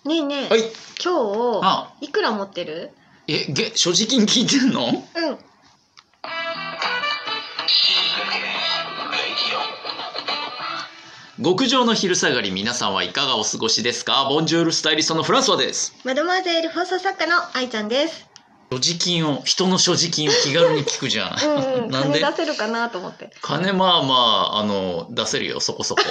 ねえねえ、 はい。 今あ、 日いくら持ってる？ 所持金聞いてんの？ うん。 極上の昼下がり、皆さんはいかがお過ごしですか？ボンジュールスタイリストのフランソワです。 マドモアゼル放送作家の愛ちゃんです。 人の所持金を気軽に聞くじゃん。なんで？ 金出せるかなと思って。 金まあ出せるよ、そこそこ。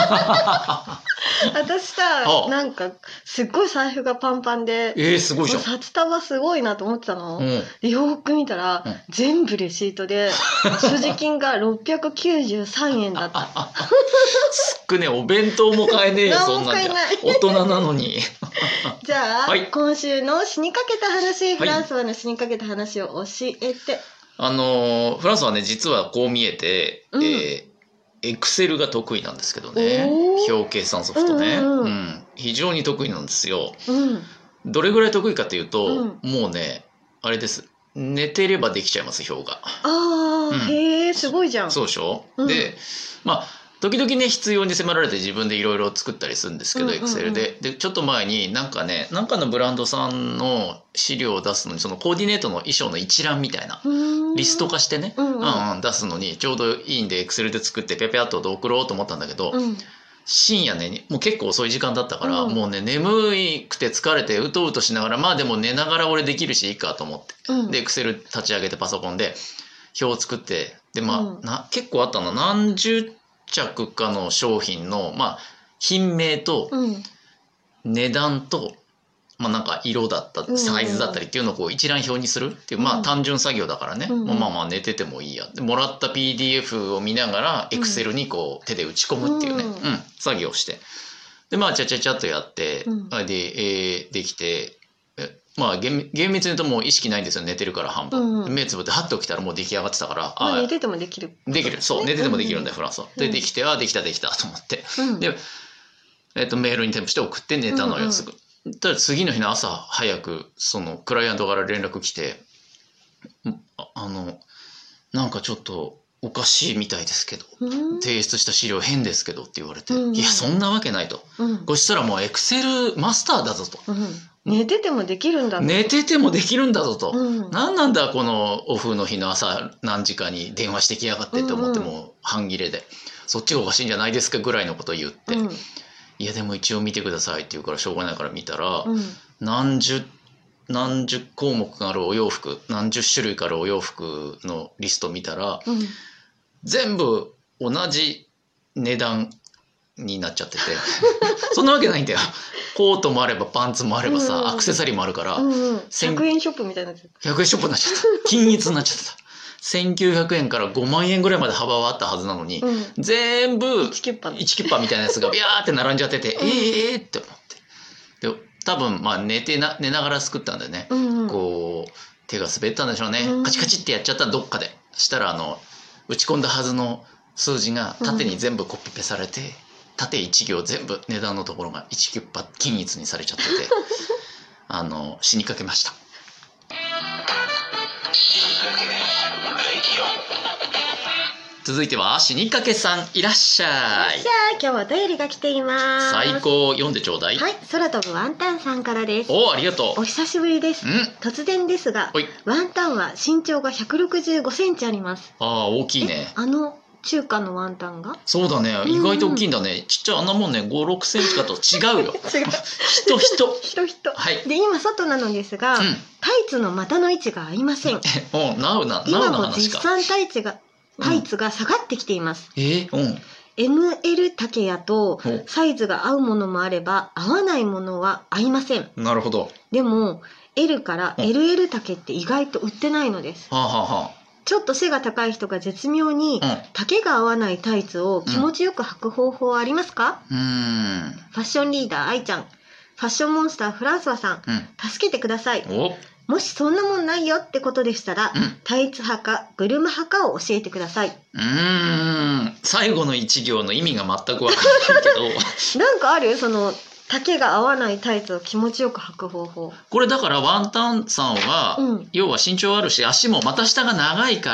私さ、なんかすっごい財布がパンパンで、 すごいじゃん。 札束すごいなと思ってたの。でよーく見たら、全部レシートで所持金が693円だった。 すっくね、お弁当も買えねえよ、そんなんじゃ。大人なのに。 じゃあ、今週の死にかけた話、フランスはの死にかけた話を教えて。 フランスはね、実はこう見えて、エクセルが得意なんですけどね。表計算ソフトね。非常に得意なんですよ。どれぐらい得意かというと、もうね、あれです。寝てればできちゃいます、表が。 へえ、すごいじゃん。 そうでしょ？で、時々ね、必要に迫られて自分でいろいろ作ったりするんですけど、エクセルで。で、ちょっと前になんかのブランドさんの資料を出すのに、そのコーディネートの衣装の一覧みたいな、リスト化してね、出すのにちょうどいいんで、エクセルで作ってペペッと送ろうと思ったんだけど、深夜ね、もう結構遅い時間だったから、もうね、眠くて疲れてうとうとしながら、でも寝ながら俺できるしいいかと思って。で、エクセル立ち上げてパソコンで表を作って、で、結構あったの。何十着かの商品の、品名と値段と、なんか色だったりサイズだったりっていうのをこう一覧表にするっていう、単純作業だからね、寝ててもいいやで、もらった PDF を見ながらエクセルにこう手で打ち込むっていうね、作業をして、でちゃちゃちゃっとやって、できて、厳密に言うともう意識ないんですよ、寝てるから半分、目つぶってハッと起きたらもう出来上がってたから、 寝ててもできる。 できる、そう、寝ててもできるんだよ、フランスは。でできて、できたと思って、でメールに添付して送って寝たのよ、すぐ。ただ次の日の朝早くそのクライアントから連絡来て、なんかちょっとおかしいみたいですけど、提出した資料変ですけどって言われて、いやそんなわけないと、こしたらもうエクセルマスターだぞと、 寝ててもできるんだぞと、何なんだこのオフの日の朝何時かに電話してきやがってって思って、もう半切れで、そっちがおかしいんじゃないですかぐらいのことを言って、いやでも一応見てくださいって言うからしょうがないから見たら、何十項目があるお洋服、何十種類かあるお洋服のリスト見たら、全部同じ値段になっちゃっててそんなわけないんだよ。コートもあればパンツもあればさ、アクセサリーもあるから、 100円ショップみたいになっちゃった。 100円ショップになっちゃった。均一になっちゃってた。1900円から5万円ぐらいまで幅はあったはずなのに、全部 1キュッパみたいなやつがビャーって並んじゃってて、って思って。で多分寝ながら作ったんだよね。こう手が滑ったんでしょうね。カチカチってやっちゃったらどっかで。したら打ち込んだはずの数字が縦に全部コピペされて、縦1行全部値段のところが1キュッパ均一にされちゃってて死にかけました。続いては死にかけさん、いらっしゃい。 今日はお便りが来ています。 最高、読んでちょうだい。 はい、空飛ぶワンタンさんからです。 ありがとう。 お久しぶりです。突然ですが、ワンタンは身長が165センチあります。 大きいね。 中華のワンタンが？ そうだね、意外と大きいんだね。ちっちゃいあんなもんね、5、6センチかと違うよ。 違う。人。 はい。 で今外なのですが、タイツの股の位置が合いません。今も実際タイツが下がってきています。ML 丈やとサイズが合うものもあれば合わないものは合いません。 なるほど。 でも L から LL 丈って意外と売ってないのです。ちょっと背が高い人が絶妙に丈が合わないタイツを気持ちよく履く方法はありますか？ファッションリーダー愛ちゃん、ファッションモンスターフランソワさん、助けてください。もしそんなもんないよってことでしたら、タイツ派かグルマ派かを教えてください。 最後の一行の意味が全く分からないけどなんかある？その丈が合わないタイツを気持ちよく履く方法。 これだからワンタンさんは、要は身長あるし足も股下が長いから、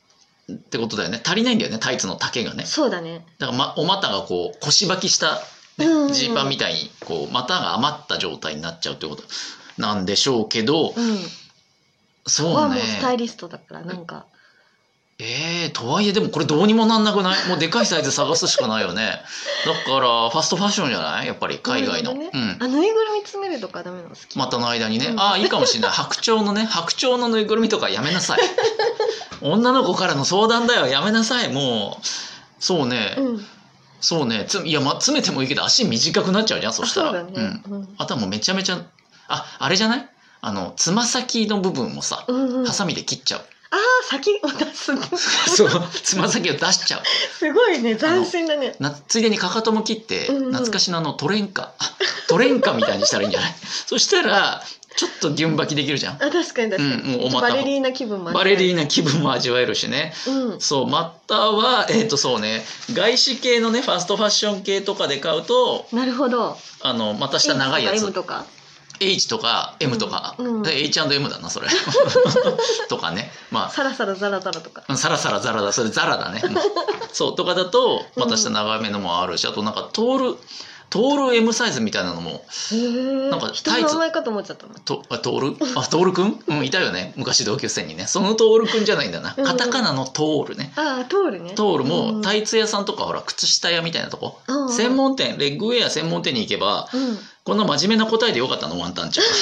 ってことだよね。足りないんだよね、タイツの丈がね。 そうだね。 だから、お股がこう腰履きしたジーパンみたいにこう股が余った状態になっちゃうってことなんでしょうけど、そうね。 もうスタイリストだからなんか。 とはいえでもこれどうにもなんなくない？もうでかいサイズ探すしかないよね。だからファストファッションじゃない？やっぱり海外の。 ぬいぐるみ詰めるとかダメなの好き？ 股の間にね。いいかもしれない。白鳥のぬいぐるみとかやめなさい。女の子からの相談だよ。やめなさい。もうそうね。そうね。いや詰めてもいいけど足短くなっちゃうじゃん。そしたら。あとはもうめちゃめちゃあれじゃない？つま先の部分もさ、ハサミで切っちゃう。 先を出す。 そう、つま先を出しちゃう。 すごいね、斬新だね。 ついでにかかとも切って、懐かしのトレンカみたいにしたらいいんじゃない？そしたらちょっとギュン履きできるじゃん。 確かに。もうバレリーナ気分も味わえるしね。そう、またはそうね、外資系のねファストファッション系とかで買うと、 なるほど。 股下長いやつ。 M とか。 H とか M とか、H&M だなそれとかね、 サラサラザラザラとか、 サラサラザラだ、それザラだね。そうとかだと股下長めのもあるし、あとなんかトール M サイズみたいなのも、 なんか人の名前かと思っちゃったの。トールくん、いたよね昔同級生にね。そのトールくんじゃないんだな、カタカナのトールね。 トールね。 トールもタイツ屋さんとかほら靴下屋みたいなとこ、専門店、レッグウェア専門店に行けば、こんな真面目な答えでよかったの？ワンタンちゃん。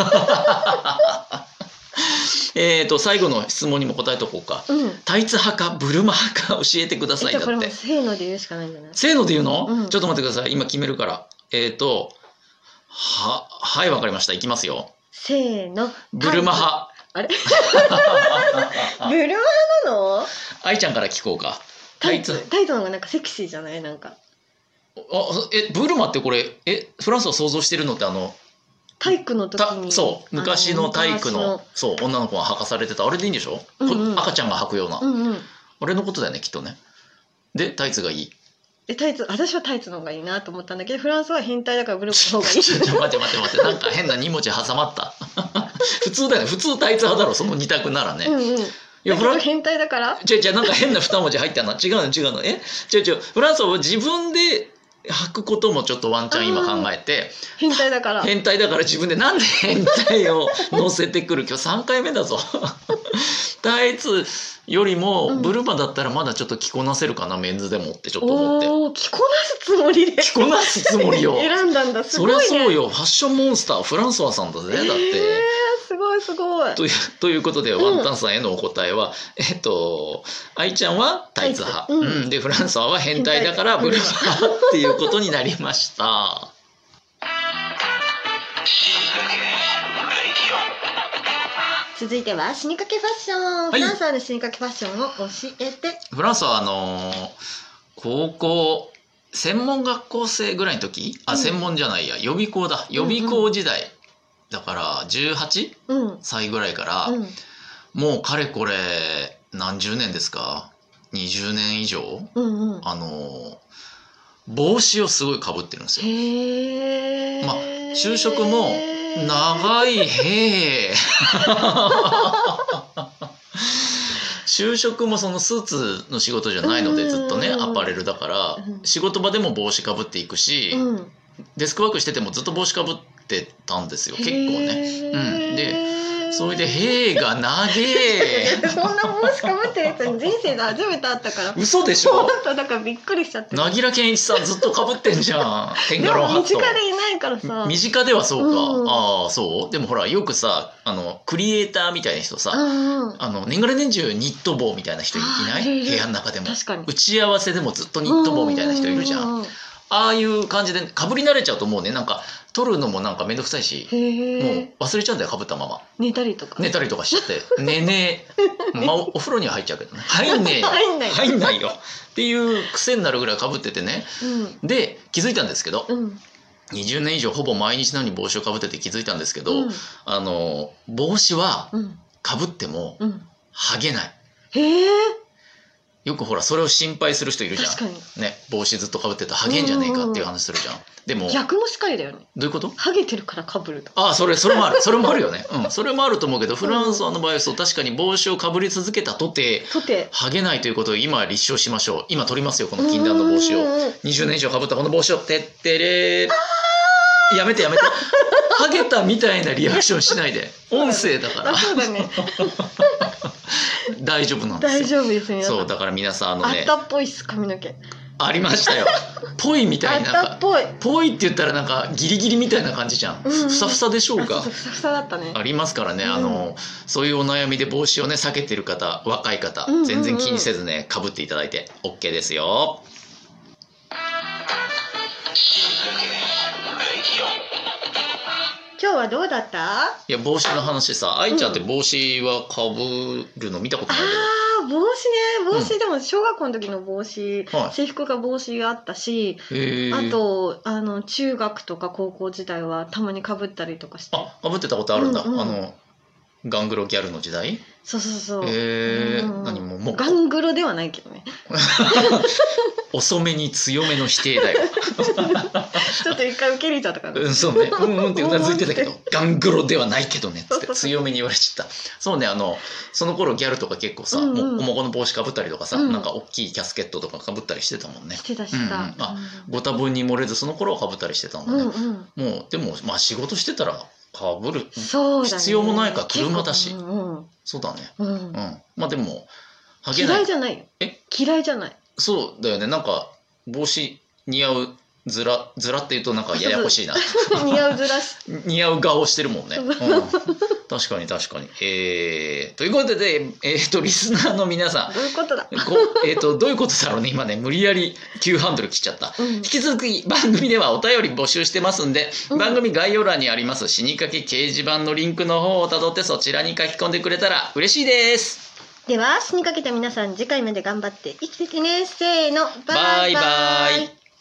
最後の質問にも答えとこうか。タイツ派かブルマ派か教えてください。だって。これもせーので言うしかないんじゃない？ せーので言うの？ちょっと待ってください。今決めるから。はい、わかりました。いきますよ。 せーの。 ブルマ派。 あれ？ブルマ派なの？ 愛ちゃんから聞こうか。 タイツの方がなんかセクシーじゃない？なんか。 ブルマってこれフランスを想像してるのって体育の時にそう昔の体育のそう女の子が履かされてたあれでいいんでしょ？赤ちゃんが履くような、あれのことだよねきっとね。でタイツがいい。 私はタイツの方がいいなと思ったんだけど、フランスは変態だからブルマの方がいい。 待ってなんか変な2文字挟まった。普通だよね。普通タイツ派だろその2択ならね。 いや変態だからなんか変な2文字入ったな。違うのフランスは自分で履くこともちょっとワンチャン今考えて、 変態だから自分でなんで変態を乗せてくる。今日3回目だぞ。タイツよりもブルマだったらまだちょっと着こなせるかな、メンズでもってちょっと思って。 着こなすつもりで着こなすつもりよ。 選んだんだ。すごいね。 そりゃそうよ。ファッションモンスターフランソワさんだぜ。だってすごい。 ということで、ワンタンさんへのお答えは愛ちゃんはタイツ派、でフランソワは変態だからブルマ派っていうことになりました。 続いては死にかけファッション、フランスの死にかけファッションを教えて。 フランスは高校専門学校生ぐらいの時、専門じゃないや、予備校だ。予備校時代、だから18、歳ぐらいから、もうかれこれ何十年ですか、20年以上、帽子をすごいかぶってるんですよ。就職も長い就職もそのスーツの仕事じゃないので、ずっとねアパレルだから、仕事場でも帽子かぶっていくし、デスクワークしててもずっと帽子かぶってたんですよ、結構ね。でそれで「へーが長え」 そんな帽子かぶってる人に人生で初めて会ったから。 嘘でしょ。 だからびっくりしちゃって。 凪良健一さんずっとかぶってんじゃん。テンガロンハット。 身近でいないからさ。 身近ではそうか。そう。でもほらよくさクリエイターみたいな人さ、年がら年中ニット帽みたいな人いない？部屋の中でも。打ち合わせでもずっとニット帽みたいな人いるじゃん。ああいう感じでかぶり慣れちゃうともうね、なんか取るのもなんかめんどくさいし、もう忘れちゃうんだよ、かぶったまま。 寝たりとかしちゃってお風呂には入っちゃうけどね、入んないよっていう癖になるぐらいかぶっててね。で気づいたんですけど、20年以上ほぼ毎日のように帽子をかぶってて気づいたんですけど、帽子はかぶっても剥げない。 よくほらそれを心配する人いるじゃん。 確かにね、帽子ずっとかぶってたらハゲんじゃねえかっていう話するじゃん。でも逆もしかりだよね。 どういうこと？ ハゲてるからかぶると。 ああ、それもある。それもあるよね。うん、それもあると思うけど、フランソワの場合はそう確かに帽子をかぶり続けたとてハゲないということを今立証しましょう。今取りますよ、この禁断の帽子を。20年以上かぶったこの帽子をてってれー。やめてやめて。ハゲたみたいなリアクションしないで。音声だから。 そうだね。 大丈夫なんですよ。 大丈夫ですね。 そうだから皆さんあったっぽいっす、髪の毛。 ありましたよ。ぽいみたいな。 あったっぽい。 ぽいって言ったらなんかギリギリみたいな感じじゃん。ふさふさでしょうか。 ふさふさだったね。 ありますからね。そういうお悩みで帽子をね避けてる方、若い方、全然気にせずね被っていただいて OK ですよ。 今日はどうだった？ いや帽子の話さ、愛ちゃんって帽子はかぶるの見たことないけど。 帽子ね、帽子でも小学校の時の帽子、制服が帽子があったし、あと中学とか高校時代はたまにかぶったりとかして。 あ、かぶってたことあるんだ。ガングロギャルの時代？ そうそうそう。 何もうガングロではないけどね。 遅めに強めの否定だよ。 ちょっと一回受け入れちゃったから。 そうね。ってうなずいてたけど、ガングロではないけどねって強めに言われちゃった。そうね、その頃ギャルとか結構さ、もうこもこの帽子かぶったりとかさ、なんか大きいキャスケットとかかぶったりしてたもんね。 してたしてた。 ご多分に漏れずその頃はかぶったりしてたんだね。もうでもまあ仕事してたらかぶる必要もないか、車だし。そうだね。まあでも嫌いじゃないよ。嫌いじゃない。 そうだよね。なんか帽子似合うずらっていうとなんかややこしいな。 似合うずらし。 似合う顔してるもんね。確かに確かに。ということで、リスナーの皆さん。 どういうことだ。 どういうことだろうね。今ね無理やり急ハンドル切っちゃった。引き続き番組ではお便り募集してますんで、番組概要欄にあります死にかけ掲示板のリンクの方をたどってそちらに書き込んでくれたら嬉しいです。 では死にかけた皆さん、次回まで頑張って生きてきね。せーの、バイバイ。